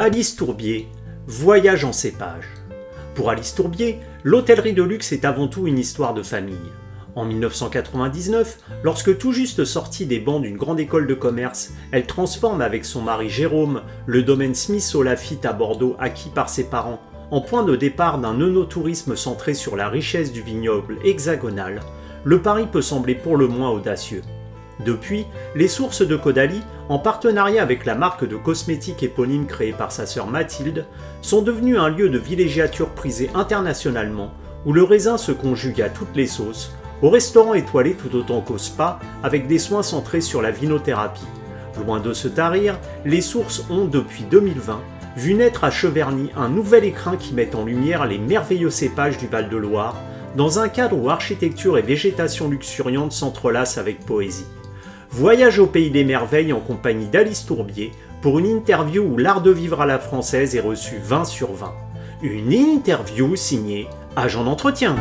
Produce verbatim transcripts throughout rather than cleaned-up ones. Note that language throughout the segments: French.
Alice Tourbier, voyage en cépage. Pour Alice Tourbier, l'hôtellerie de luxe est avant tout une histoire de famille. En dix-neuf cent quatre-vingt-dix-neuf, lorsque tout juste sortie des bancs d'une grande école de commerce, elle transforme avec son mari Jérôme le domaine Smith au Lafitte à Bordeaux acquis par ses parents en point de départ d'un œnotourisme centré sur la richesse du vignoble hexagonal, le pari peut sembler pour le moins audacieux. Depuis, les sources de Caudalie, en partenariat avec la marque de cosmétiques éponyme créée par sa sœur Mathilde, sont devenues un lieu de villégiature prisé internationalement, où le raisin se conjugue à toutes les sauces, au restaurant étoilé tout autant qu'au spa, avec des soins centrés sur la vinothérapie. Loin de se tarir, les sources ont, depuis deux mille vingt, vu naître à Cheverny un nouvel écrin qui met en lumière les merveilleux cépages du Val-de-Loire, dans un cadre où architecture et végétation luxuriante s'entrelacent avec poésie. Voyage au pays des merveilles en compagnie d'Alice Tourbier pour une interview où l'art de vivre à la française est reçu vingt sur vingt. Une interview signée Agent d'entretien.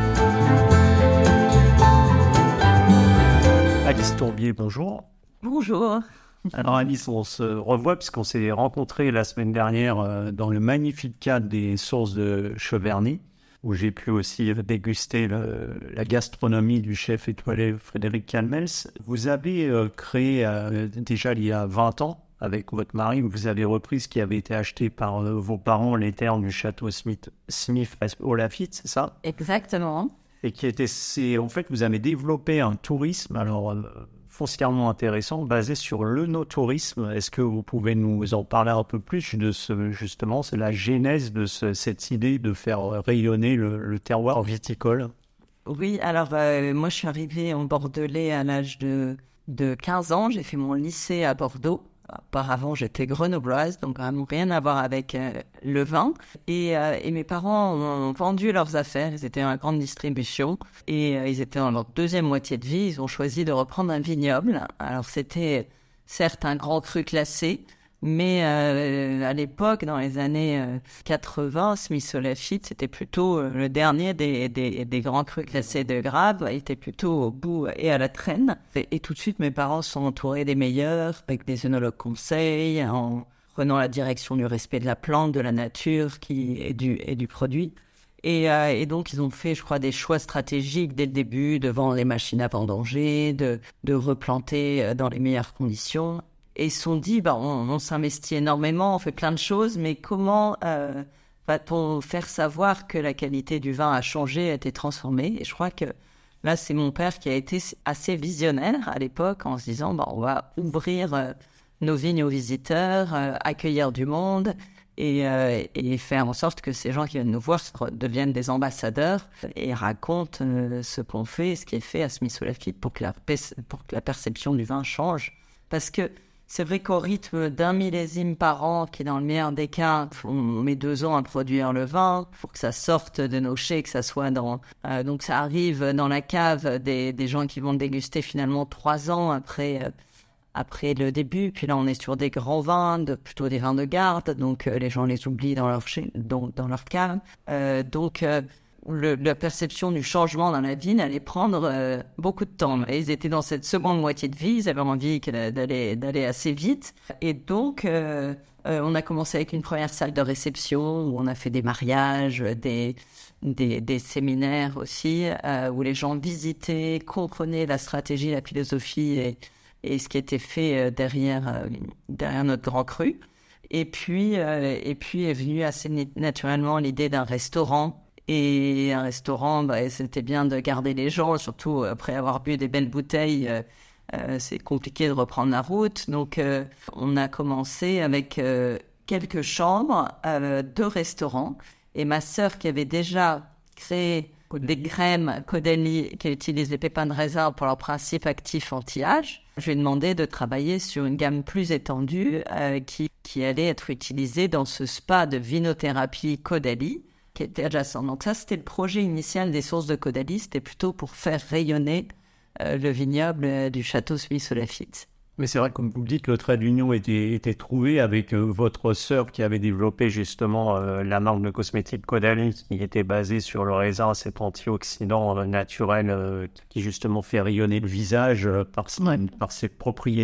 Alice Tourbier, bonjour. Bonjour. Alors Alice, on se revoit puisqu'on s'est rencontrés la semaine dernière dans le magnifique cadre des sources de Cheverny, où j'ai pu aussi déguster le, la gastronomie du chef étoilé Frédéric Calmels. Vous avez euh, créé, euh, déjà il y a vingt ans, avec votre mari, vous avez repris ce qui avait été acheté par euh, vos parents, les terres du château Smith, Smith au Lafitte, c'est ça ? Exactement. Et qui était, c'est, en fait, vous avez développé un tourisme, alors euh, foncièrement intéressant, basé sur l'œnotourisme. Est-ce que vous pouvez nous en parler un peu plus de ce, justement, c'est la genèse de ce, cette idée de faire rayonner le, le terroir viticole? Oui, alors euh, moi je suis arrivée en Bordelais à l'âge de, de quinze ans, j'ai fait mon lycée à Bordeaux. Auparavant, j'étais grenobloise, donc vraiment rien à voir avec euh, le vin. Et, euh, et mes parents ont vendu leurs affaires, ils étaient en grande distribution. Et euh, ils étaient dans leur deuxième moitié de vie, ils ont choisi de reprendre un vignoble. Alors c'était certes un grand cru classé, mais euh, à l'époque, dans les années euh, quatre-vingts, Smith au Lafitte, c'était plutôt euh, le dernier des, des, des grands crus classés de Grave. Il était plutôt au bout et à la traîne. Et, et tout de suite, mes parents sont entourés des meilleurs, avec des œnologues conseils, en prenant la direction du respect de la plante, de la nature qui, et, du, et du produit. Et, euh, et donc, ils ont fait, je crois, des choix stratégiques dès le début, de vendre les machines à vendanger, de, de replanter dans les meilleures conditions. Et ils se sont dit, bah, on, on s'investit énormément, on fait plein de choses, mais comment euh, va-t-on faire savoir que la qualité du vin a changé, a été transformée? Et je crois que là, c'est mon père qui a été assez visionnaire à l'époque en se disant, bah, on va ouvrir euh, nos vignes aux visiteurs, euh, accueillir du monde et, euh, et faire en sorte que ces gens qui viennent nous voir deviennent des ambassadeurs et racontent euh, ce qu'on fait, ce qui est fait à Smith au Lafitte pour que la, pour que la perception du vin change. Parce que c'est vrai qu'au rythme d'un millésime par an, qui est dans le meilleur des cas, on met deux ans à produire le vin pour que ça sorte de nos chais, que ça soit dans... Euh, donc ça arrive dans la cave des, des gens qui vont le déguster finalement trois ans après, euh, après le début. Puis là, on est sur des grands vins, de, plutôt des vins de garde, donc euh, les gens les oublient dans leur, chais, dans, dans leur cave. Euh, donc... Euh, Le, la perception du changement dans la vigne allait prendre euh, beaucoup de temps. Et ils étaient dans cette seconde moitié de vie, ils avaient envie d'aller, d'aller assez vite. Et donc, euh, euh, on a commencé avec une première salle de réception où on a fait des mariages, des, des, des séminaires aussi, euh, où les gens visitaient, comprenaient la stratégie, la philosophie et, et ce qui était fait euh, derrière, euh, derrière notre grand cru. Et puis, euh, et puis est venue assez naturellement l'idée d'un restaurant. Et un restaurant, bah, c'était bien de garder les gens, surtout après avoir bu des belles bouteilles, euh, euh, c'est compliqué de reprendre la route. Donc, euh, on a commencé avec euh, quelques chambres, euh, deux restaurants. Et ma sœur, qui avait déjà créé des crèmes Caudalie qui utilisent les pépins de raisin pour leur principe actif anti-âge, je lui ai demandé de travailler sur une gamme plus étendue euh, qui, qui allait être utilisée dans ce spa de vinothérapie Caudalie, qui était adjacent. Donc ça, c'était le projet initial des sources de Caudalie, c'était plutôt pour faire rayonner euh, le vignoble euh, du château Smith au Lafitte. Mais c'est vrai, comme vous le dites, le trait d'union était, était trouvé avec euh, votre sœur qui avait développé justement euh, la marque de cosmétiques Caudalie, qui était basée sur le raisin, cet antioxydant euh, naturel euh, qui justement fait rayonner le visage euh, par, ouais. par ses propriétés.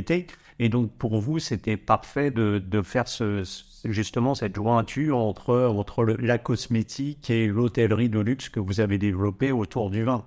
Et donc, pour vous, c'était parfait de, de faire ce, justement cette jointure entre, entre le, la cosmétique et l'hôtellerie de luxe que vous avez développée autour du vin.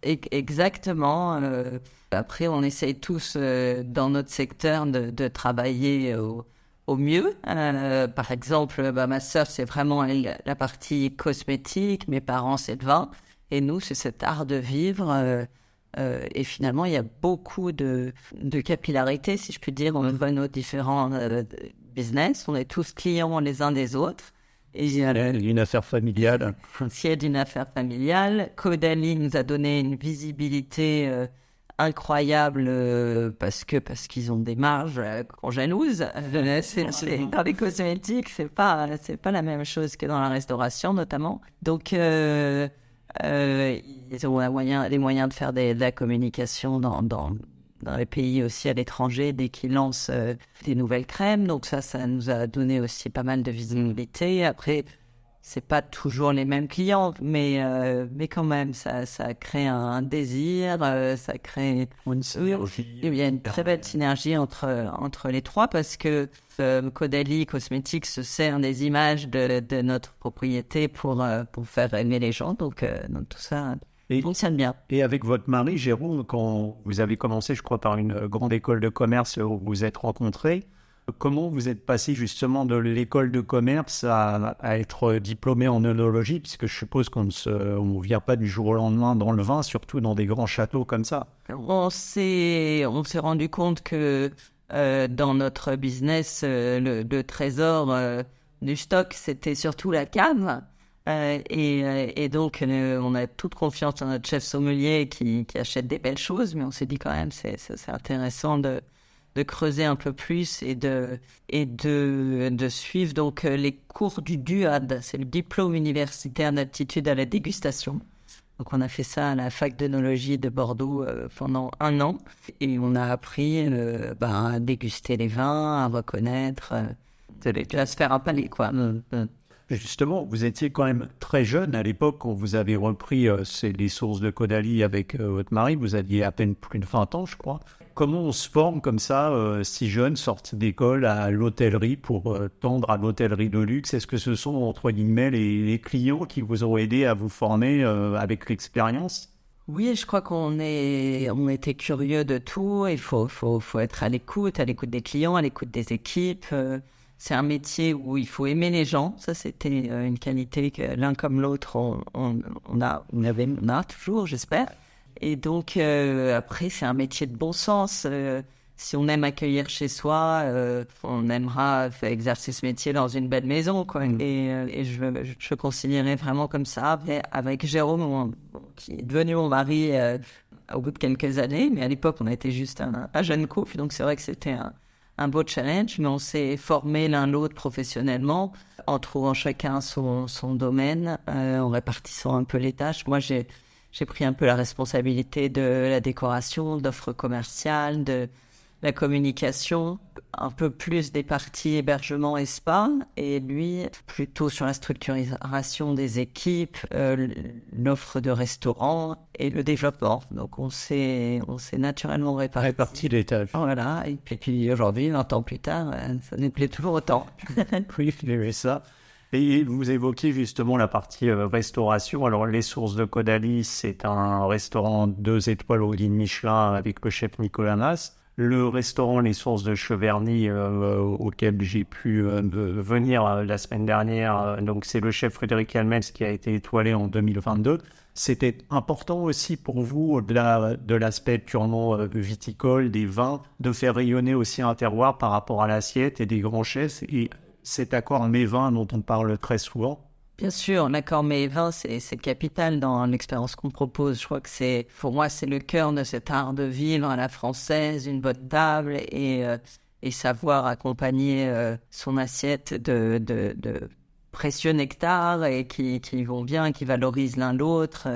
Exactement. Euh, après, on essaye tous, euh, dans notre secteur, de, de travailler au, au mieux. Euh, par exemple, bah, ma sœur, c'est vraiment elle, la partie cosmétique. Mes parents, c'est le vin. Et nous, c'est cet art de vivre. Euh, euh, et finalement, il y a beaucoup de, de capillarité, si je puis dire, entre nos différents euh, business. On est tous clients les uns des autres. Et il y a une affaire familiale. C'est d'une affaire familiale. Caudalie nous a donné une visibilité euh, incroyable euh, parce que parce qu'ils ont des marges euh, qu'on jalouse. Euh, c'est, c'est, dans les cosmétiques, c'est pas c'est pas la même chose que dans la restauration notamment. Donc euh, euh, ils ont la moyen, les moyens de faire des, de la communication dans dans dans les pays aussi à l'étranger dès qu'ils lancent euh, des nouvelles crèmes. Donc ça, ça nous a donné aussi pas mal de visibilité. Après, c'est pas toujours les mêmes clients, mais euh, mais quand même, ça ça crée un, un désir, euh, ça crée une synergie. Il y a une très belle synergie entre entre les trois parce que euh, Caudalie Cosmétiques se sert des images de de notre propriété pour euh, pour faire aimer les gens. Donc euh, donc tout ça. Et, fonctionne bien. Et avec votre mari, Jérôme, quand vous avez commencé, je crois, par une grande école de commerce où vous vous êtes rencontrés, comment vous êtes passé justement de l'école de commerce à, à être diplômé en œnologie, puisque je suppose qu'on ne se, on vient pas du jour au lendemain dans le vin, surtout dans des grands châteaux comme ça. On s'est, on s'est rendu compte que euh, dans notre business, euh, le, le trésor euh, du stock, c'était surtout la cave. Euh, et, et donc, euh, on a toute confiance en notre chef sommelier qui, qui achète des belles choses, mais on s'est dit quand même, c'est, c'est, c'est intéressant de, de creuser un peu plus et de, et de, de suivre donc les cours du D U A D, c'est le diplôme universitaire d'aptitude à la dégustation. Donc, on a fait ça à la fac d'œnologie de Bordeaux euh, pendant un an et on a appris euh, bah, à déguster les vins, à reconnaître, euh, à se faire un palais, quoi. Mmh. Justement, vous étiez quand même très jeune à l'époque quand vous avez repris euh, ces, les sources de Caudalie avec euh, votre mari. Vous aviez à peine plus de vingt ans, je crois. Comment on se forme comme ça, euh, si jeune, sorti d'école à l'hôtellerie pour euh, tendre à l'hôtellerie de luxe? Est-ce que ce sont, entre guillemets, les, les clients qui vous ont aidé à vous former euh, avec l'expérience? Oui, je crois qu'on est, on était curieux de tout. Il faut, faut, faut être à l'écoute, à l'écoute des clients, à l'écoute des équipes. Euh... C'est un métier où il faut aimer les gens. Ça, c'était une qualité que l'un comme l'autre, on, on, on, a, on, avait, on a toujours, j'espère. Et donc, euh, après, c'est un métier de bon sens. Euh, si on aime accueillir chez soi, euh, on aimera exercer ce métier dans une belle maison, quoi. Mmh. Et, euh, et je, je, je considérais vraiment comme ça. Mais avec Jérôme, on, qui est devenu mon mari euh, au bout de quelques années. Mais à l'époque, on était juste un, un jeune couple. Donc, c'est vrai que c'était un... un beau challenge, mais on s'est formé l'un l'autre professionnellement en trouvant chacun son, son domaine, euh, en répartissant un peu les tâches. Moi, j'ai, j'ai pris un peu la responsabilité de la décoration, d'offres commerciales, de la communication, un peu plus des parties hébergement et spa, et lui, plutôt sur la structuration des équipes, euh, l'offre de restaurant et le développement. Donc, on s'est, on s'est naturellement réparti. Réparti les tâches. Voilà, et puis, puis aujourd'hui, vingt ans plus tard, ça nous plaît toujours autant. Oui, c'est ça. Et vous évoquiez justement la partie euh, restauration. Alors, les sources de Caudalie, c'est un restaurant deux étoiles au guide Michelin avec le chef Nicolas Mas. Le restaurant Les Sources de Cheverny, euh, auquel j'ai pu euh, venir euh, la semaine dernière, euh, donc c'est le chef Frédéric Almels qui a été étoilé en deux mille vingt-deux. C'était important aussi pour vous, au-delà de l'aspect purement euh, viticole, des vins, de faire rayonner aussi un terroir par rapport à l'assiette et des grands chefs. Et cet accord mets vins dont on parle très souvent. Bien sûr, l'accord mets vins, c'est, c'est capital dans l'expérience qu'on propose. Je crois que c'est, pour moi, c'est le cœur de cet art de vivre à la française, une bonne table et, euh, et savoir accompagner euh, son assiette de, de, de précieux nectars et qui, qui vont bien, qui valorisent l'un l'autre.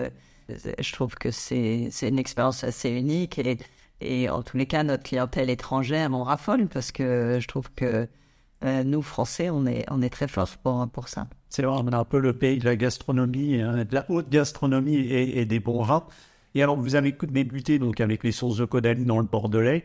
Je trouve que c'est, c'est une expérience assez unique et, et en tous les cas, notre clientèle étrangère en raffole parce que je trouve que Euh, nous, Français, on est, on est très forts pour, pour ça. C'est vrai, on a un peu le pays de la gastronomie, hein, de la haute gastronomie et, et des bons vins. Et alors, vous avez débuté donc, avec les sources de Caudalie dans le Bordelais.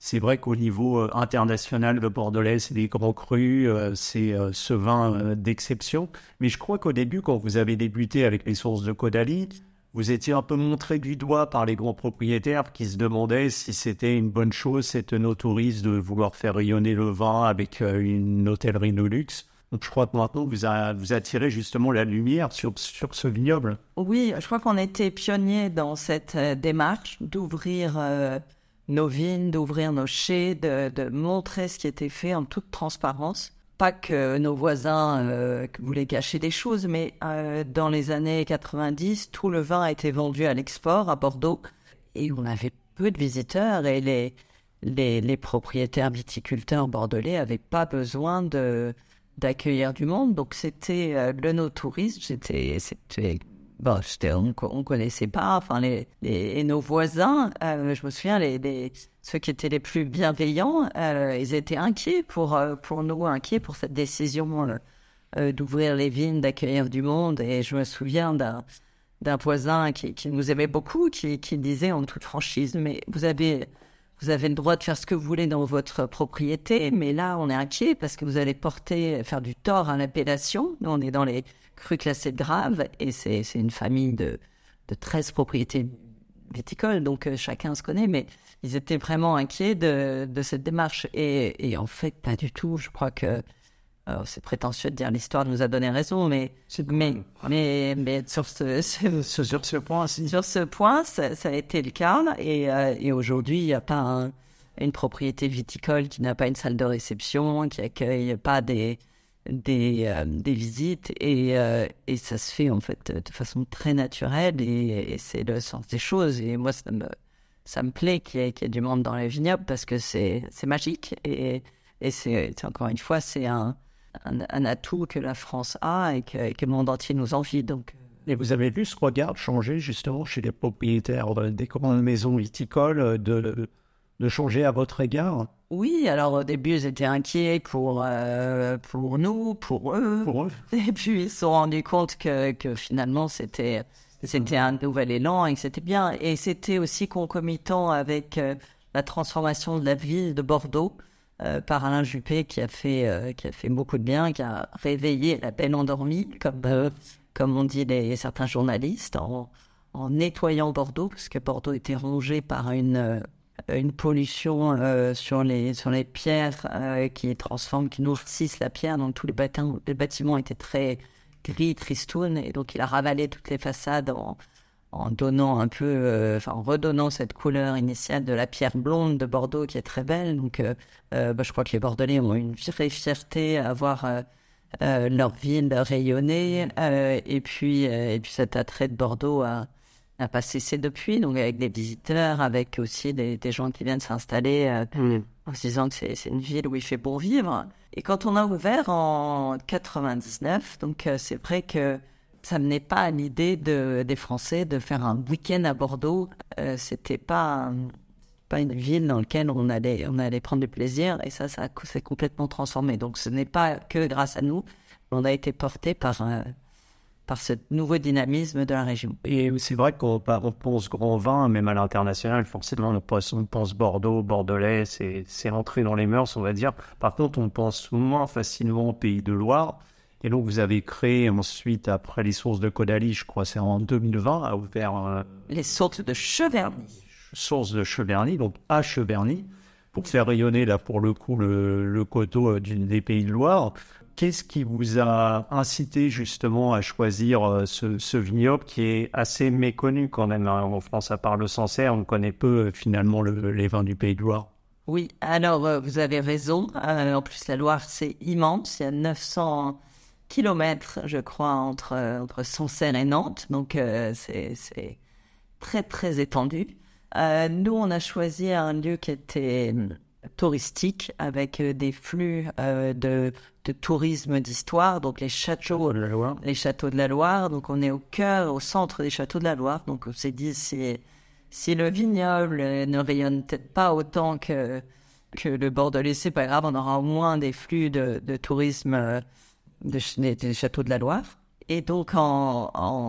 C'est vrai qu'au niveau euh, international, le Bordelais, c'est des grands crus, euh, c'est euh, ce vin euh, d'exception. Mais je crois qu'au début, quand vous avez débuté avec les sources de Caudalie, vous étiez un peu montré du doigt par les grands propriétaires qui se demandaient si c'était une bonne chose, cette no-touriste, de vouloir faire rayonner le vin avec euh, une hôtellerie de luxe. Donc je crois que maintenant, vous, a, vous attirez justement la lumière sur, sur ce vignoble. Oui, je crois qu'on était pionniers dans cette euh, démarche d'ouvrir euh, nos vignes, d'ouvrir nos chais, de, de montrer ce qui était fait en toute transparence. Pas que nos voisins euh, voulaient cacher des choses, mais euh, dans les années quatre-vingt-dix, tout le vin a été vendu à l'export à Bordeaux et on avait peu de visiteurs et les, les, les propriétaires viticulteurs bordelais n'avaient pas besoin de, d'accueillir du monde. Donc c'était euh, le no-tourisme, c'était... c'était Bon, on ne connaissait pas, enfin, les, les, et nos voisins, euh, je me souviens, les, les, ceux qui étaient les plus bienveillants, euh, ils étaient inquiets pour, euh, pour nous, inquiets pour cette décision euh, euh, d'ouvrir les vignes, d'accueillir du monde. Et je me souviens d'un, d'un voisin qui, qui nous aimait beaucoup, qui, qui disait en toute franchise, mais vous avez, vous avez le droit de faire ce que vous voulez dans votre propriété, mais là, on est inquiet parce que vous allez porter, faire du tort à l'appellation. Nous, on est dans les cru classé de grave, et c'est, c'est une famille de, de treize propriétés viticoles, donc euh, chacun se connaît, mais ils étaient vraiment inquiets de, de cette démarche. Et, et en fait, pas du tout. Je crois que alors, c'est prétentieux de dire l'histoire nous a donné raison, mais, mais, mais, mais sur ce, ce, sur ce point, sur ce point ça, ça a été le cas. Et, euh, et aujourd'hui, il n'y a pas un, une propriété viticole qui n'a pas une salle de réception, qui accueille pas des Des, euh, des visites et, euh, et ça se fait en fait de façon très naturelle et, et c'est le sens des choses. Et moi, ça me, ça me plaît qu'il y ait, qu'il y ait du monde dans les vignobles parce que c'est, c'est magique et, et c'est, c'est encore une fois, c'est un, un, un atout que la France a et que, et que le monde entier nous envie. Donc. Et vous avez vu ce regard changer justement chez les propriétaires des grandes maisons viticoles de, de changer à votre égard? Oui, alors au début, ils étaient inquiets pour, euh, pour nous, pour eux. Pour eux. Et puis, ils se sont rendus compte que, que finalement, c'était, c'était un nouvel élan et que c'était bien. Et c'était aussi concomitant avec euh, la transformation de la ville de Bordeaux euh, par Alain Juppé, qui a fait, euh, qui a fait beaucoup de bien, qui a réveillé la belle endormie, comme, euh, comme on dit les, certains journalistes, en, en nettoyant Bordeaux, parce que Bordeaux était rongé par une... Euh, une pollution euh, sur les sur les pierres euh, qui transforment, qui nourrissent la pierre. Donc tous les bâtiments, les bâtiments étaient très gris, tristounes, et donc il a ravalé toutes les façades en, en donnant un peu, euh, enfin en redonnant cette couleur initiale de la pierre blonde de Bordeaux qui est très belle. Donc euh, euh, bah, je crois que les Bordelais ont une vraie fierté à voir euh, euh, leur ville rayonner euh, et puis euh, et puis cet attrait de Bordeaux a n'a pas cessé depuis, donc avec des visiteurs, avec aussi des, des gens qui viennent s'installer euh, mmh. en se disant que c'est, c'est une ville où il fait bon vivre. Et quand on a ouvert en quatre-vingt-dix-neuf, donc euh, c'est vrai que ça menait pas à l'idée de, des Français de faire un week-end à Bordeaux. Euh, c'était pas, euh, pas une ville dans laquelle on allait, on allait prendre du plaisir, et ça, ça s'est complètement transformé. Donc ce n'est pas que grâce à nous, on a été porté par... Euh, par ce nouveau dynamisme de la région. Et c'est vrai qu'on on pense grand vin, même à l'international, forcément on pense, on pense Bordeaux, Bordelais, c'est, c'est entré dans les mœurs, on va dire. Par contre, on pense moins facilement au Pays de Loire. Et donc, vous avez créé ensuite, après les sources de Caudalie, je crois c'est en deux mille vingt, a ouvert... Euh, les sources de Cheverny. Sources de Cheverny, donc à Cheverny, pour faire rayonner, là, pour le coup, le, le coteau du, des Pays de Loire. Qu'est-ce qui vous a incité justement à choisir ce, ce vignoble qui est assez méconnu quand même hein, en France, à part le Sancerre, on connaît peu finalement le, les vins du Pays de Loire. Oui, alors euh, vous avez raison. Euh, en plus, la Loire, c'est immense. Il y a neuf cents kilomètres, je crois, entre, entre Sancerre et Nantes. Donc, euh, c'est, c'est très, très étendu. Euh, nous, on a choisi un lieu qui était touristique avec des flux euh, de, de tourisme d'histoire, donc les châteaux, de la Loire. les châteaux de la Loire. Donc on est au cœur, au centre des châteaux de la Loire. Donc on s'est dit si, si le vignoble ne rayonne peut-être pas autant que que le Bordelais, c'est pas grave, on aura au moins des flux de, de tourisme de, des, des châteaux de la Loire. Et donc en, en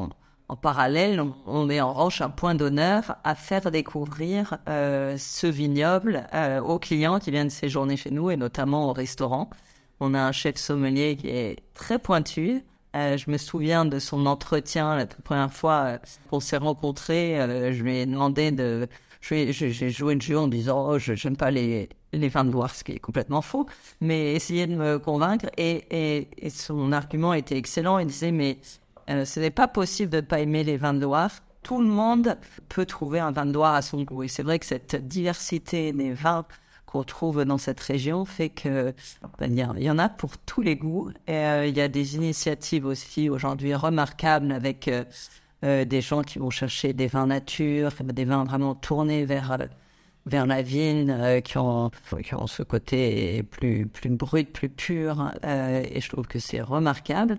en parallèle, on, on met en revanche un point d'honneur à faire découvrir euh, ce vignoble euh, aux clients qui viennent séjourner chez nous et notamment au restaurant. On a un chef sommelier qui est très pointu. Euh, je me souviens de son entretien la toute première fois euh, qu'on s'est rencontrés. Euh, je lui ai demandé de... J'ai, j'ai joué le jeu en disant oh, « je n'aime pas les, les vins de Loire », ce qui est complètement faux, mais essayer de me convaincre. Et, et, et son argument était excellent. Il disait « mais euh, ce n'est pas possible de ne pas aimer les vins de Loire. Tout le monde peut trouver un vin de Loire à son goût. » Et c'est vrai que cette diversité des vins qu'on trouve dans cette région fait que ben, il y, y en a pour tous les goûts. Et euh, il y a des initiatives aussi aujourd'hui remarquables avec... Euh, Euh, des gens qui vont chercher des vins nature, des vins vraiment tournés vers, vers la vigne, euh, qui, ont, qui ont ce côté plus, plus brut, plus pur, euh, et je trouve que c'est remarquable.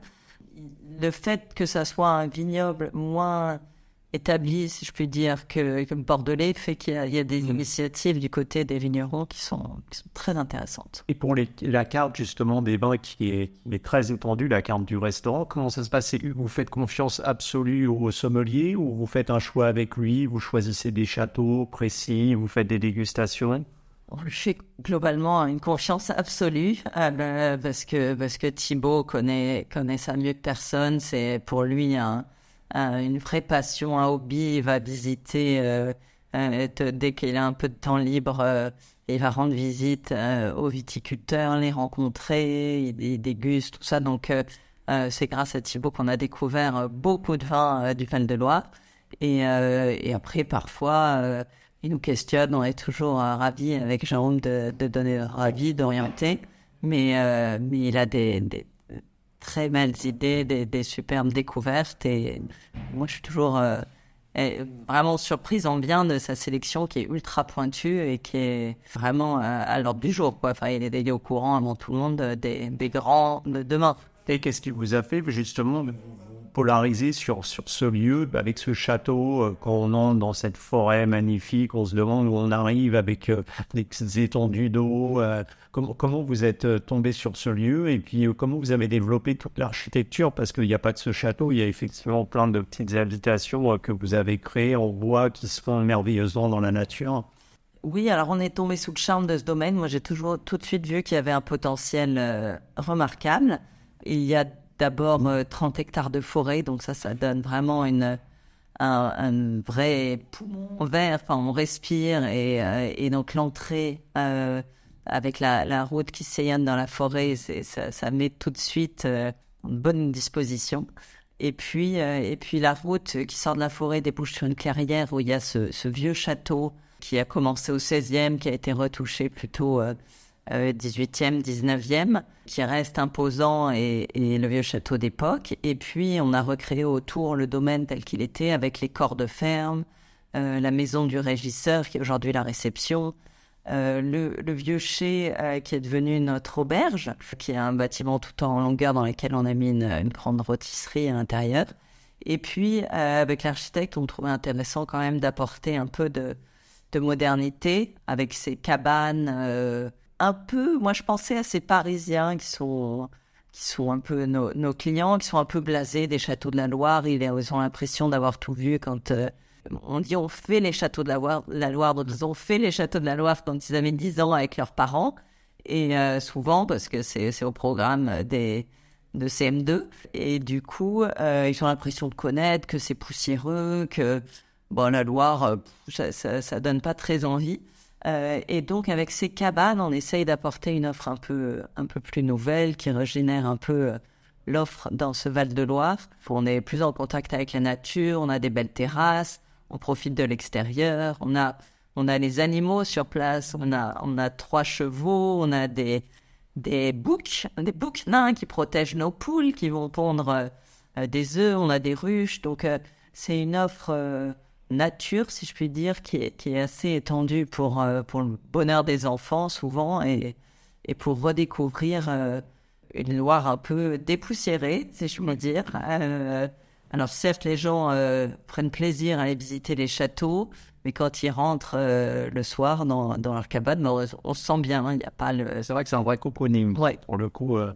Le fait que ça soit un vignoble moins établi, si je puis dire, que, que le Bordelais, fait qu'il y a, il y a des mmh. initiatives du côté des vignerons qui sont, qui sont très intéressantes. Et pour les, la carte justement des vins qui est, qui est très étendue, la carte du restaurant, comment ça se passe? Vous faites confiance absolue au sommelier ou vous faites un choix avec lui, vous choisissez des châteaux précis, vous faites des dégustations? Je fais globalement une confiance absolue euh, parce que parce que Thibaut connaît connaît ça mieux que personne. C'est pour lui un Euh, une vraie passion, un hobby. Il va visiter euh, euh, te, dès qu'il a un peu de temps libre, euh, il va rendre visite euh, aux viticulteurs, les rencontrer, il, il déguste tout ça. Donc euh, euh, c'est grâce à Thibaut qu'on a découvert euh, beaucoup de vins euh, du Val-de-Loire. Et, euh, et après, parfois, euh, il nous questionne. On est toujours euh, ravis avec Jérôme de, de donner ravis, d'orienter. Mais, euh, mais il a des, des très belles idées, des, des superbes découvertes, et moi je suis toujours euh, vraiment surprise en bien de sa sélection qui est ultra pointue et qui est vraiment euh, à l'ordre du jour, quoi. Enfin, il est dédié au courant avant tout le monde des, des grands de demain. Et qu'est-ce qui vous a fait justement de vous polariser sur, sur ce lieu, avec ce château, euh, quand on entre dans cette forêt magnifique, on se demande où on arrive avec euh, des étendues d'eau, euh, comment, comment vous êtes euh, tombé sur ce lieu et puis euh, comment vous avez développé toute l'architecture, parce qu'il n'y a pas que ce château, il y a effectivement plein de petites habitations euh, que vous avez créées en bois qui se font merveilleusement dans la nature. Oui, alors on est tombé sous le charme de ce domaine. Moi, j'ai toujours tout de suite vu qu'il y avait un potentiel euh, remarquable. Il y a d'abord euh, trente hectares de forêt, donc ça, ça donne vraiment une, un, un vrai poumon vert. Enfin, on respire et, euh, et donc l'entrée euh, avec la, la route qui sillonne dans la forêt, c'est, ça, ça met tout de suite euh, une bonne disposition. Et puis, euh, et puis la route qui sort de la forêt débouche sur une clairière où il y a ce, ce vieux château qui a commencé au seizième, qui a été retouché plutôt euh, euh, dix-huitième, dix-neuvième, qui reste imposant et, et le vieux château d'époque. Et puis, on a recréé autour le domaine tel qu'il était avec les corps de ferme, euh, la maison du régisseur qui est aujourd'hui la réception, euh, le, le vieux chai euh, qui est devenu notre auberge, qui est un bâtiment tout en longueur dans lequel on a mis une, une grande rôtisserie à l'intérieur. Et puis, euh, avec l'architecte, on trouvait intéressant quand même d'apporter un peu de, de modernité avec ces cabanes euh, un peu, moi je pensais à ces Parisiens qui sont, qui sont un peu nos, nos clients, qui sont un peu blasés des châteaux de la Loire. Ils ont l'impression d'avoir tout vu quand euh, on dit on fait les châteaux de la Loire, la Loire, donc ils ont fait les châteaux de la Loire quand ils avaient dix ans avec leurs parents. Et euh, souvent, parce que c'est, c'est au programme des, de C M deux. Et du coup, euh, ils ont l'impression de connaître, que c'est poussiéreux, que bon, la Loire, euh, ça, ça, ça donne pas très envie. Euh, et donc, avec ces cabanes, on essaye d'apporter une offre un peu, un peu plus nouvelle, qui régénère un peu euh, l'offre dans ce Val-de-Loire. On est plus en contact avec la nature, on a des belles terrasses, on profite de l'extérieur, on a, on a les animaux sur place, on a, on a trois chevaux, on a des, des boucs, des boucs nains qui protègent nos poules, qui vont pondre euh, des œufs, on a des ruches. Donc, euh, c'est une offre euh, nature, si je puis dire, qui est, qui est assez étendue pour, euh, pour le bonheur des enfants, souvent, et, et pour redécouvrir euh, une Loire un peu dépoussiérée, si je puis dire. Euh, alors, certes, les gens euh, prennent plaisir à aller visiter les châteaux, mais quand ils rentrent euh, le soir dans, dans leur cabane, on, on se sent bien, il hein, n'y a pas le... C'est vrai que c'est un vrai cocooning, ouais. Pour le coup... Euh...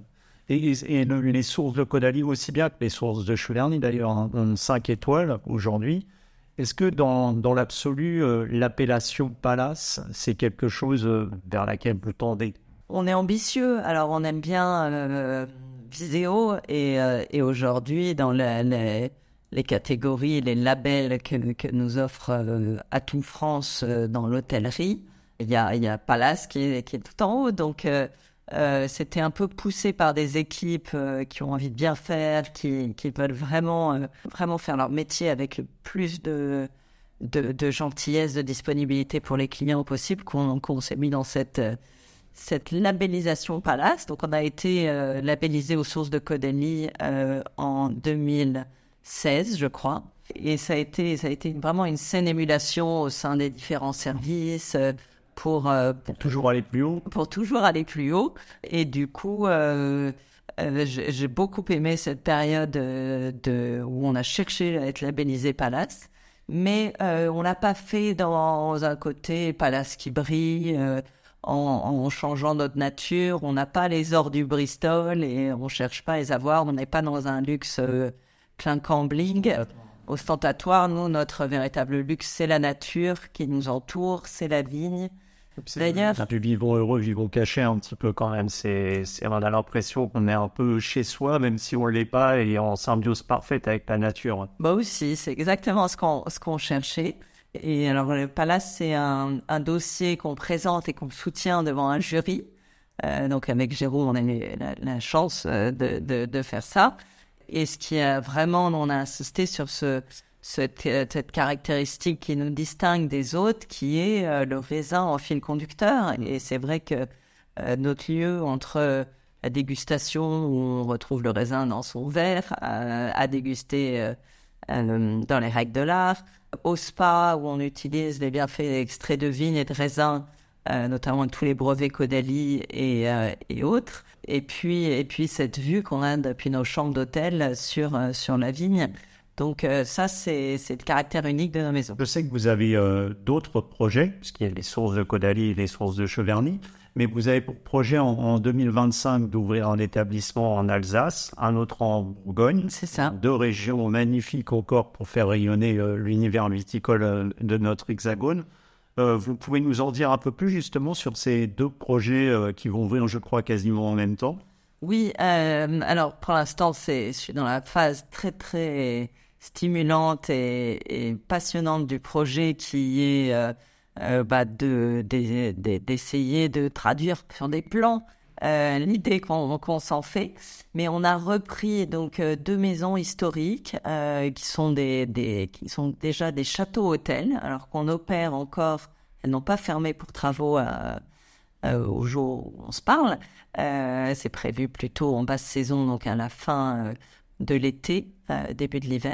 Et, et le, les sources de Caudalie, aussi bien que les sources de Cheverny, d'ailleurs, hein, ont cinq étoiles aujourd'hui. Est-ce que dans, dans l'absolu, euh, l'appellation Palace, c'est quelque chose euh, vers laquelle vous tendez? On est ambitieux, alors on aime bien euh, Viséo, et, euh, et aujourd'hui, dans la, la, les catégories, les labels que, que nous offre euh, Atout France euh, dans l'hôtellerie, il y a, il y a Palace qui est, qui est tout en haut. Donc, euh, euh, c'était un peu poussé par des équipes euh, qui ont envie de bien faire, qui, qui veulent vraiment, euh, vraiment faire leur métier avec le plus de, de, de gentillesse, de disponibilité pour les clients possible, qu'on, qu'on s'est mis dans cette, cette labellisation Palace. Donc, on a été euh, labellisé aux sources de Caudalie euh, en deux mille seize, je crois. Et ça a été, ça a été vraiment une saine émulation au sein des différents services euh, pour, euh, pour toujours aller plus haut. Pour toujours aller plus haut. Et du coup, euh, euh, j'ai, j'ai beaucoup aimé cette période euh, de, où on a cherché à être labellisé Palace. Mais euh, on l'a pas fait dans un côté Palace qui brille, euh, en, en changeant notre nature. On n'a pas les ors du Bristol et on cherche pas à les avoir. On n'est pas dans un luxe euh, clinquant bling, ostentatoire. Nous, notre véritable luxe, c'est la nature qui nous entoure, c'est la vigne. D'ailleurs, c'est du vivons heureux, vivons cachés un petit peu quand même. C'est, c'est, on a l'impression qu'on est un peu chez soi, même si on ne l'est pas, et en symbiose parfaite avec la nature. Bah aussi, c'est exactement ce qu'on, ce qu'on cherchait. Et alors, le Palace, c'est un, un dossier qu'on présente et qu'on soutient devant un jury. Euh, donc, avec Jérôme, on a eu la, la chance de, de, de faire ça. Et ce qui a vraiment, on a insisté sur ce... Cette, cette caractéristique qui nous distingue des autres, qui est euh, le raisin en fil conducteur. Et c'est vrai que euh, notre lieu entre la dégustation, où on retrouve le raisin dans son verre, euh, à déguster euh, euh, dans les règles de l'art, au spa, où on utilise les bienfaits extraits de vigne et de raisin, euh, notamment tous les brevets Caudalie et, euh, et autres. Et puis, et puis cette vue qu'on a depuis nos chambres d'hôtel sur, euh, sur la vigne. Donc euh, ça, c'est, c'est le caractère unique de nos maisons. Je sais que vous avez euh, d'autres projets, puisqu'il y a les sources de Caudalie et les sources de Cheverny, mais vous avez pour projet en, en deux mille vingt-cinq d'ouvrir un établissement en Alsace, un autre en Bourgogne. C'est ça. Deux régions magnifiques encore pour faire rayonner euh, l'univers viticole euh, de notre hexagone. Euh, vous pouvez nous en dire un peu plus justement sur ces deux projets euh, qui vont ouvrir, je crois, quasiment en même temps? Oui, euh, alors pour l'instant, c'est, je suis dans la phase très très stimulante et, et passionnante du projet qui est euh, euh, bah de, de, de, d'essayer de traduire sur des plans euh, l'idée qu'on, qu'on s'en fait. Mais on a repris donc euh, deux maisons historiques euh, qui sont des, des qui sont déjà des châteaux-hôtels, alors qu'on opère encore. Elles n'ont pas fermé pour travaux euh, euh, au jour où on se parle. Euh, c'est prévu plutôt en basse saison, donc à la fin euh, de l'été, euh, début de l'hiver.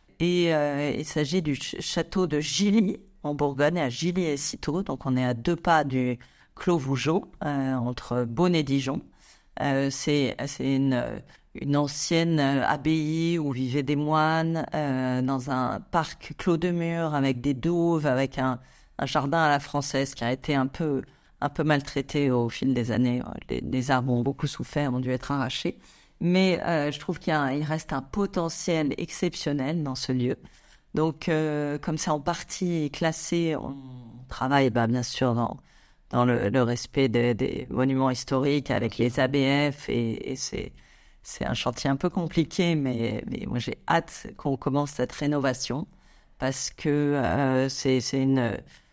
Et euh, il s'agit du ch- château de Gilly, en Bourgogne, à Gilly et Cîteaux. Donc on est à deux pas du Clos Vougeot, euh, entre Beaune et Dijon. Euh, c'est c'est une, une ancienne abbaye où vivaient des moines, euh, dans un parc clos de mur, avec des douves, avec un, un jardin à la française qui a été un peu... un peu maltraité au fil des années. Les, les arbres ont beaucoup souffert, ont dû être arrachés. Mais euh, je trouve qu'il y a un, il reste un potentiel exceptionnel dans ce lieu. Donc, euh, comme c'est en partie classé, on travaille bah, bien sûr dans, dans le, le respect de, des monuments historiques avec les A B F. Et, et c'est, c'est un chantier un peu compliqué, mais, mais moi j'ai hâte qu'on commence cette rénovation parce que euh, c'est, c'est une...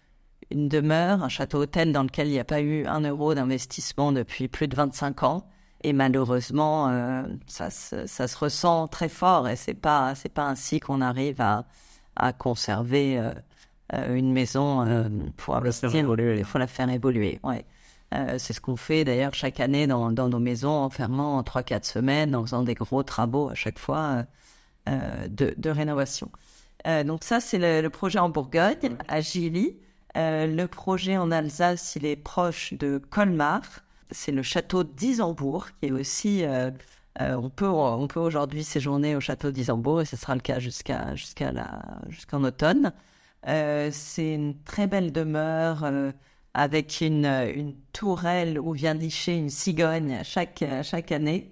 une demeure, un château-hôtel dans lequel il n'y a pas eu un euro d'investissement depuis plus de vingt-cinq ans. Et malheureusement, euh, ça, se, ça se ressent très fort. Et c'est pas, c'est pas ainsi qu'on arrive à, à conserver euh, euh, une maison. Euh, pour investir, il faut la faire évoluer. Ouais. Euh, c'est ce qu'on fait d'ailleurs chaque année dans, dans nos maisons, en fermant en trois quatre semaines, en faisant des gros travaux à chaque fois euh, de, de rénovation. Euh, donc ça, c'est le, le projet en Bourgogne, à Gilly. Euh, le projet en Alsace, il est proche de Colmar. C'est le château d'Isenbourg, qui est aussi... Euh, euh, on peut, on peut aujourd'hui séjourner au château d'Isenbourg, et ce sera le cas jusqu'à, jusqu'à la, jusqu'en automne. Euh, c'est une très belle demeure euh, avec une, une tourelle où vient nicher une cigogne chaque, chaque année.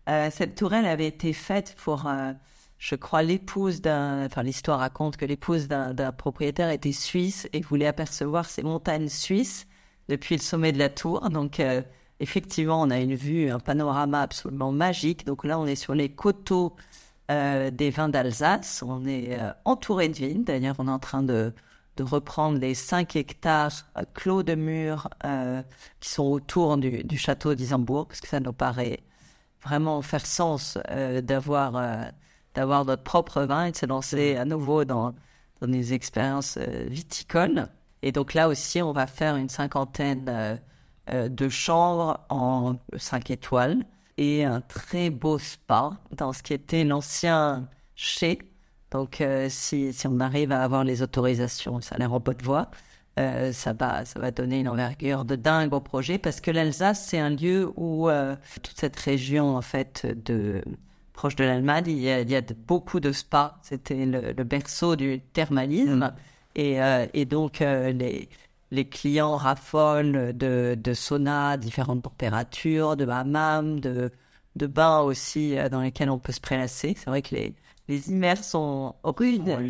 Euh, cette tourelle avait été faite pour, euh, je crois, l'épouse d'un... Enfin, l'histoire raconte que l'épouse d'un, d'un propriétaire était suisse et voulait apercevoir ces montagnes suisses depuis le sommet de la tour. Donc, euh, effectivement, on a une vue, un panorama absolument magique. Donc là, on est sur les coteaux euh, des vins d'Alsace. On est euh, entouré de vignes. D'ailleurs, on est en train de, de reprendre les cinq hectares euh, clos de murs euh, qui sont autour du, du château d'Isenbourg, parce que ça nous paraît vraiment faire sens euh, d'avoir, euh, d'avoir notre propre vin et de se lancer à nouveau dans, dans des expériences euh, viticoles. Et donc là aussi, on va faire une cinquantaine euh, euh, de chambres en cinq étoiles et un très beau spa dans ce qui était l'ancien chai. Donc euh, si, si on arrive à avoir les autorisations, ça a l'air en bonne voie, euh, ça va, ça va donner une envergure de dingue au projet, parce que l'Alsace, c'est un lieu où euh, toute cette région en fait de proche de l'Allemagne, il y a, il y a de, beaucoup de spas. C'était le, le berceau du thermalisme. Et, euh, et donc, euh, les, les clients raffolent de, de saunas, différentes températures, de hammams, de, de bains aussi euh, dans lesquels on peut se prélasser. C'est vrai que les, les hivers sont rudes. Oui.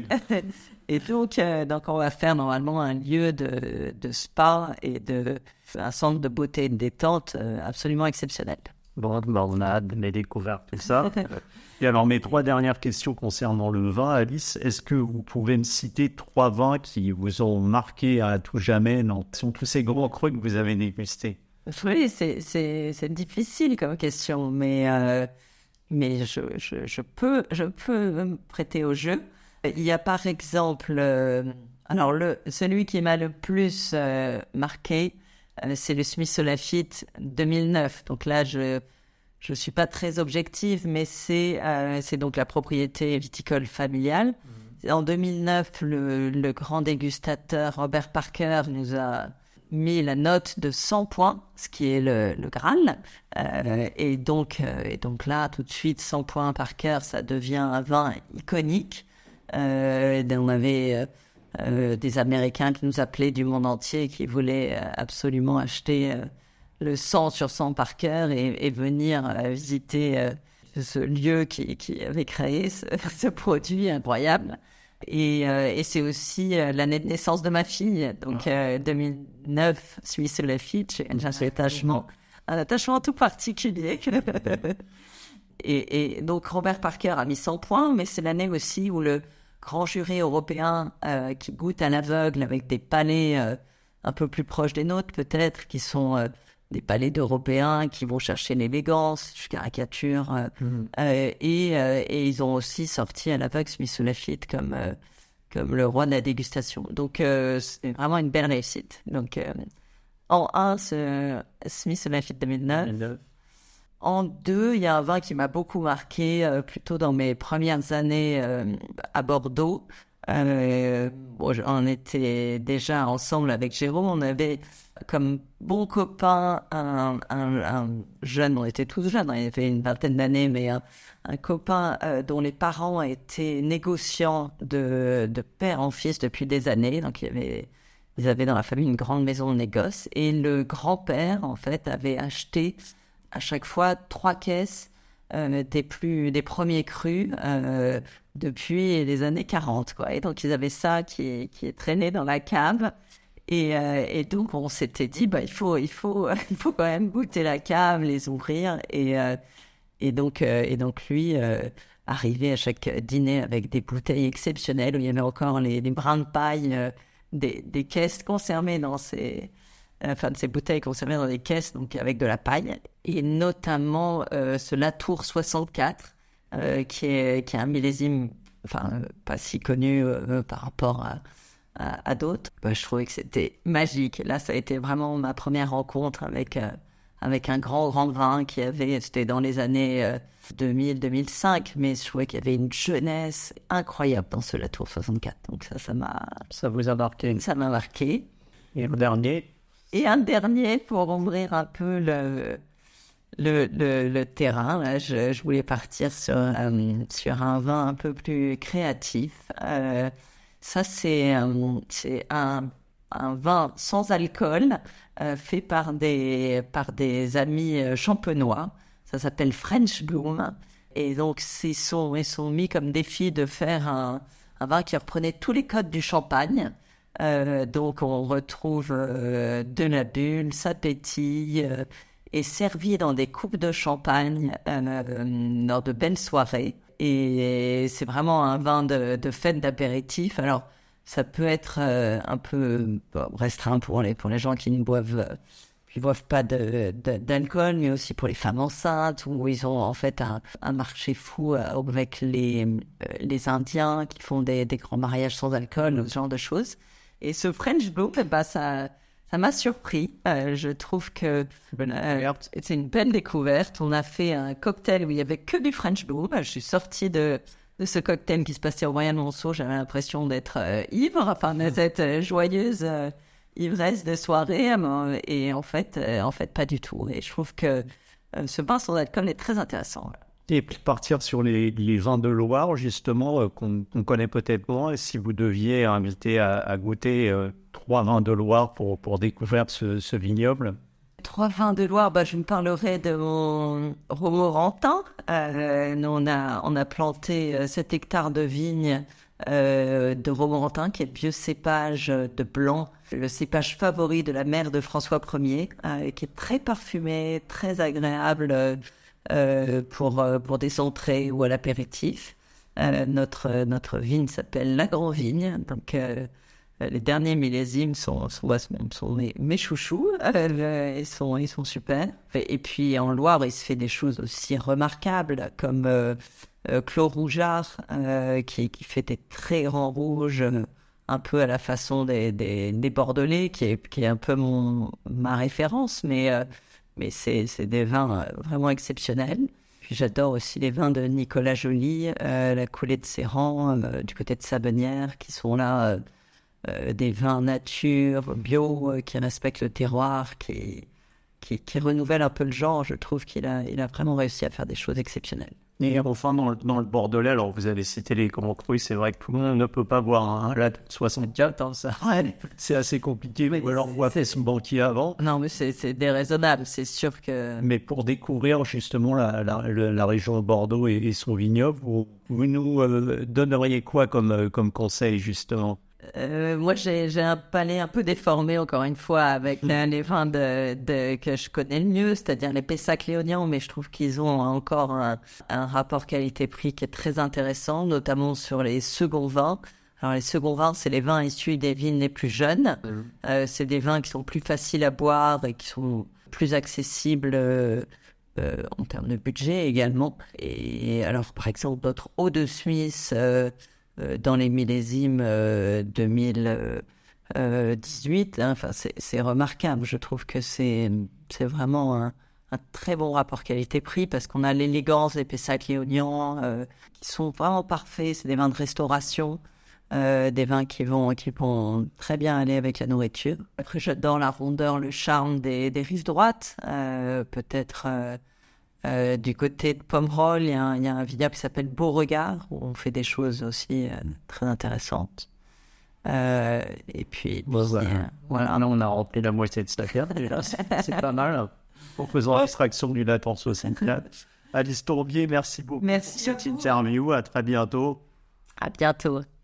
Et donc, euh, donc, on va faire normalement un lieu de, de spa et de, un centre de beauté et de détente euh, absolument exceptionnel. Bon, bah on a hâte de les découvrir tout ça. Et alors, mes trois dernières questions concernant le vin, Alice. Est-ce que vous pouvez me citer trois vins qui vous ont marqué à tout jamais dans tous ces grands crus que vous avez dégustés? Oui, c'est, c'est, c'est difficile comme question, mais, euh, mais je, je, je, peux, je peux me prêter au jeu. Il y a par exemple, euh, alors le, celui qui m'a le plus euh, marqué, euh, c'est le Smith Lafitte deux mille neuf. Donc là, je je suis pas très objective, mais c'est euh, c'est donc la propriété viticole familiale. Mmh. En deux mille neuf, le, le grand dégustateur Robert Parker nous a mis la note de cent points, ce qui est le, le Graal. Euh, et donc euh, et donc là, tout de suite, cent points Parker, ça devient un vin iconique. Euh, on avait euh, euh, des Américains qui nous appelaient du monde entier, qui voulaient euh, absolument acheter euh, le cent sur cent Parker et, et venir euh, visiter euh, ce lieu qui, qui avait créé ce, ce produit incroyable. Et, euh, et c'est aussi euh, l'année de naissance de ma fille, donc euh, deux mille neuf, Smith Lafitte. J'ai un attachement, un attachement tout particulier. et, et donc Robert Parker a mis cent points, mais c'est l'année aussi où le grand jury européen euh, qui goûte à l'aveugle avec des palais euh, un peu plus proches des nôtres peut-être, qui sont euh, des palais d'Européens qui vont chercher l'élégance, je caricature, euh, mmh. euh, et, euh, et ils ont aussi sorti à l'aveugle Smith Lafitte comme, euh, comme le roi de la dégustation. Donc euh, c'est vraiment une belle réussite. Donc euh, en un, ce Smith Lafitte deux mille neuf. En deux, il y a un vin qui m'a beaucoup marqué, euh, plutôt dans mes premières années euh, à Bordeaux. Euh, bon, on était déjà ensemble avec Jérôme. On avait comme bon copain un, un, un jeune, on était tous jeunes, il avait une vingtaine d'années, mais un, un copain euh, dont les parents étaient négociants de, de père en fils depuis des années. Donc, il y avait, ils avaient dans la famille une grande maison de négoce. Et le grand-père, en fait, avait acheté à chaque fois trois caisses euh, des plus des premiers crus euh, depuis les années quarante, quoi. Et donc ils avaient ça qui qui est traîné dans la cave. Et, euh, et donc on s'était dit bah il faut il faut il faut quand même goûter la cave, les ouvrir. Et euh, et donc euh, et donc lui euh, arrivait à chaque dîner avec des bouteilles exceptionnelles où il y avait encore les, les brins de paille euh, des des caisses conservées dans ces enfin de ces bouteilles conservées dans des caisses, donc avec de la paille, et notamment euh, ce Latour soixante-quatre, euh, qui est qui est un millésime, enfin euh, pas si connu euh, par rapport à à, à d'autres. Bah, je trouvais que c'était magique. Là, ça a été vraiment ma première rencontre avec euh, avec un grand grand vin qui avait, c'était dans les années euh, deux mille deux mille cinq, mais je trouvais qu'il y avait une jeunesse incroyable dans ce Latour soixante-quatre. Donc ça, ça m'a ça vous a marqué. Ça m'a marqué. Et le dernier. Et un dernier pour ouvrir un peu le, le, le, le terrain. Là, je, je voulais partir sur, euh, sur un vin un peu plus créatif. Euh, ça, c'est, euh, c'est un, un vin sans alcool euh, fait par des, par des amis champenois. Ça s'appelle French Bloom. Et donc, ils sont, ils sont mis comme défi de faire un, un vin qui reprenait tous les codes du champagne. Euh, donc, on retrouve euh, de la bulle, ça pétille, euh, et servi dans des coupes de champagne euh, dans de belles soirées. Et c'est vraiment un vin de, de fête d'apéritif. Alors, ça peut être euh, un peu bon, restreint pour les, pour les gens qui ne boivent, euh, qui boivent pas de, de, d'alcool, mais aussi pour les femmes enceintes, où ils ont en fait un, un marché fou euh, avec les, euh, les Indiens qui font des, des grands mariages sans alcool, ce genre de choses. Et ce French Bloom, eh ben, ça, ça m'a surpris. Euh, je trouve que euh, c'est une belle découverte. On a fait un cocktail où il y avait que du French Bloom. Je suis sortie de, de ce cocktail qui se passait au Royal Monceau. J'avais l'impression d'être euh, ivre, enfin de cette euh, joyeuse euh, ivresse de soirée. Euh, et en fait, euh, en fait, pas du tout. Et je trouve que euh, ce vin sans alcool est très intéressant. Voilà. Et puis partir sur les, les vins de Loire, justement, euh, qu'on, qu'on connaît peut-être moins. Et si vous deviez inviter à, à goûter euh, trois vins de Loire pour, pour découvrir ce, ce vignoble. Trois vins de Loire, bah, je me parlerai de mon Romorantin. Euh, nous, on a, on a planté euh, sept hectares de vignes euh, de Romorantin, qui est le vieux cépage de blanc, le cépage favori de la mère de François Ier, euh, qui est très parfumé, très agréable euh, euh, pour, euh, pour des entrées ou à l'apéritif. Euh, notre, notre vigne s'appelle La Grand Vigne, donc... Euh, les derniers millésimes sont, sont, sont mes, mes chouchous, euh, ils, sont, ils sont super. Et, et puis en Loire, il se fait des choses aussi remarquables, comme euh, euh, Clos Rougeard, euh, qui, qui fait des très grands rouges, euh, un peu à la façon des, des, des Bordelais, qui est, qui est un peu mon, ma référence, mais, euh, mais c'est, c'est des vins vraiment exceptionnels. Puis j'adore aussi les vins de Nicolas Joly, euh, la Coulée de Serran, euh, du côté de Sabenière, qui sont là... Euh, Euh, des vins nature, bio, euh, qui respectent le terroir, qui, qui, qui renouvellent un peu le genre. Je trouve qu'il a, il a vraiment réussi à faire des choses exceptionnelles. Et enfin, dans le, dans le Bordelais, alors vous avez cité les Grands Crus, c'est vrai que tout le monde ne peut pas boire un latte soixante-quatre, hein, ça, ouais, c'est assez compliqué. Mais ou alors on fait son banquier avant. Non, mais c'est, c'est déraisonnable, c'est sûr que... Mais pour découvrir justement la, la, la, la région de Bordeaux et, et son vignoble, vous, vous nous euh, donneriez quoi comme, comme conseil justement? Euh, moi, j'ai, j'ai un palais un peu déformé, encore une fois, avec les, les vins de, de, que je connais le mieux, c'est-à-dire les Pessac-Léognan, mais je trouve qu'ils ont encore un, un rapport qualité-prix qui est très intéressant, notamment sur les seconds vins. Alors, les seconds vins, c'est les vins issus des vignes les plus jeunes. Mmh. Euh, c'est des vins qui sont plus faciles à boire et qui sont plus accessibles euh, euh, en termes de budget également. Et alors, par exemple, notre Eau de Suisse... Euh, dans les millésimes euh, deux mille dix-huit, hein, enfin, c'est, c'est remarquable. Je trouve que c'est, c'est vraiment un, un très bon rapport qualité-prix parce qu'on a l'élégance des Pessac-Léognan euh, qui sont vraiment parfaits. C'est des vins de restauration, euh, des vins qui vont, qui vont très bien aller avec la nourriture. Après, j'adore la rondeur, le charme des, des rives droites, euh, peut-être... Euh, Euh, du côté de Pomerol, il y, il y a un vignoble qui s'appelle Beauregard, où on fait des choses aussi euh, très intéressantes. Euh, et puis, bon, puis voilà. Euh, voilà. Là, on a rempli la moitié de cette affaire. c'est, c'est pas mal. Hein. En faisant abstraction du latte en soixante-quatre. Alice Tourbier, merci beaucoup. Merci. Cette interview. À très bientôt. À bientôt.